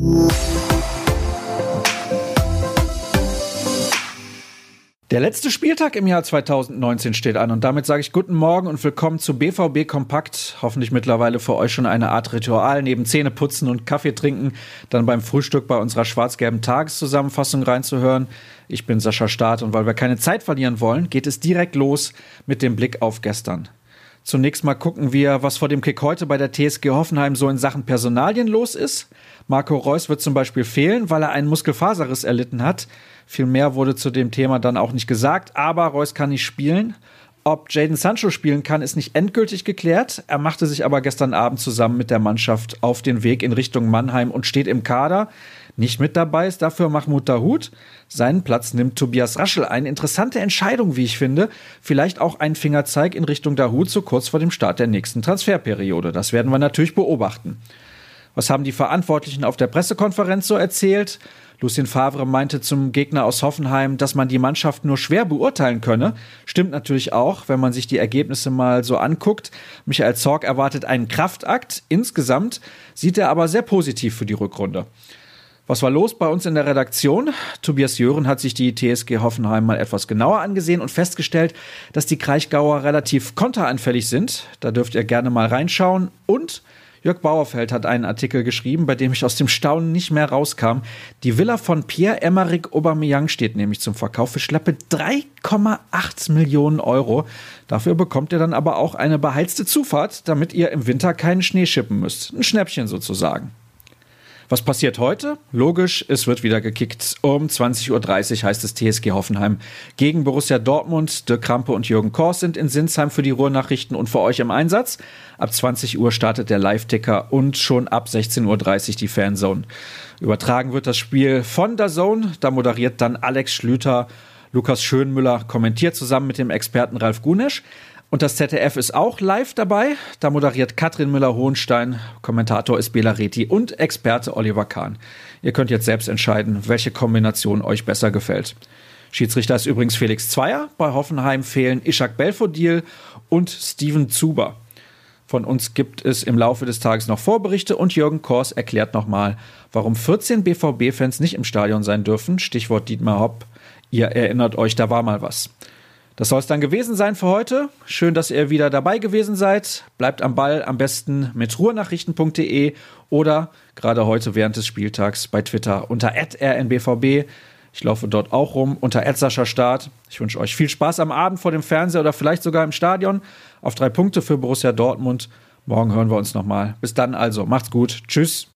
Der letzte Spieltag im Jahr 2019 steht an und damit sage ich guten Morgen und willkommen zu BVB Kompakt. Hoffentlich mittlerweile für euch schon eine Art Ritual, neben Zähneputzen und Kaffee trinken, dann beim Frühstück bei unserer schwarz-gelben Tageszusammenfassung reinzuhören. Ich bin Sascha Staat und weil wir keine Zeit verlieren wollen, geht es direkt los mit dem Blick auf gestern. Zunächst mal gucken wir, was vor dem Kick heute bei der TSG Hoffenheim so in Sachen Personalien los ist. Marco Reus wird zum Beispiel fehlen, weil er einen Muskelfaserriss erlitten hat. Viel mehr wurde zu dem Thema dann auch nicht gesagt, aber Reus kann nicht spielen. Ob Jadon Sancho spielen kann, ist nicht endgültig geklärt. Er machte sich aber gestern Abend zusammen mit der Mannschaft auf den Weg in Richtung Mannheim und steht im Kader. Nicht mit dabei ist dafür Mahmoud Dahoud. Seinen Platz nimmt Tobias Raschel. Eine interessante Entscheidung, wie ich finde. Vielleicht auch ein Fingerzeig in Richtung Dahoud so kurz vor dem Start der nächsten Transferperiode. Das werden wir natürlich beobachten. Was haben die Verantwortlichen auf der Pressekonferenz so erzählt? Lucien Favre meinte zum Gegner aus Hoffenheim, dass man die Mannschaft nur schwer beurteilen könne. Stimmt natürlich auch, wenn man sich die Ergebnisse mal so anguckt. Michael Zorc erwartet einen Kraftakt. Insgesamt sieht er aber sehr positiv für die Rückrunde. Was war los bei uns in der Redaktion? Tobias Jören hat sich die TSG Hoffenheim mal etwas genauer angesehen und festgestellt, dass die Kraichgauer relativ konteranfällig sind. Da dürft ihr gerne mal reinschauen. Und Jörg Bauerfeld hat einen Artikel geschrieben, bei dem ich aus dem Staunen nicht mehr rauskam. Die Villa von Pierre-Emerick Aubameyang steht nämlich zum Verkauf für schlappe 3,8 Millionen Euro. Dafür bekommt ihr dann aber auch eine beheizte Zufahrt, damit ihr im Winter keinen Schnee schippen müsst. Ein Schnäppchen sozusagen. Was passiert heute? Logisch, es wird wieder gekickt. Um 20.30 Uhr heißt es TSG Hoffenheim gegen Borussia Dortmund. Dirk Krampe und Jürgen Kors sind in Sinsheim für die Ruhrnachrichten und für euch im Einsatz. Ab 20 Uhr startet der Live-Ticker und schon ab 16.30 Uhr die Fanzone. Übertragen wird das Spiel von DAZN. Da moderiert dann Alex Schlüter. Lukas Schönmüller kommentiert zusammen mit dem Experten Ralf Gunesch. Und das ZDF ist auch live dabei. Da moderiert Katrin Müller-Hohenstein, Kommentator ist Bela Reti und Experte Oliver Kahn. Ihr könnt jetzt selbst entscheiden, welche Kombination euch besser gefällt. Schiedsrichter ist übrigens Felix Zweier. Bei Hoffenheim fehlen Ishak Belfodil und Steven Zuber. Von uns gibt es im Laufe des Tages noch Vorberichte und Jürgen Kors erklärt nochmal, warum 14 BVB-Fans nicht im Stadion sein dürfen. Stichwort Dietmar Hopp. Ihr erinnert euch, da war mal was. Das soll es dann gewesen sein für heute. Schön, dass ihr wieder dabei gewesen seid. Bleibt am Ball, am besten mit ruhrnachrichten.de oder gerade heute während des Spieltags bei Twitter unter @rnbvb. Ich laufe dort auch rum unter @SaschaStaat. Ich wünsche euch viel Spaß am Abend vor dem Fernseher oder vielleicht sogar im Stadion. Auf 3 Punkte für Borussia Dortmund. Morgen hören wir uns nochmal. Bis dann also. Macht's gut. Tschüss.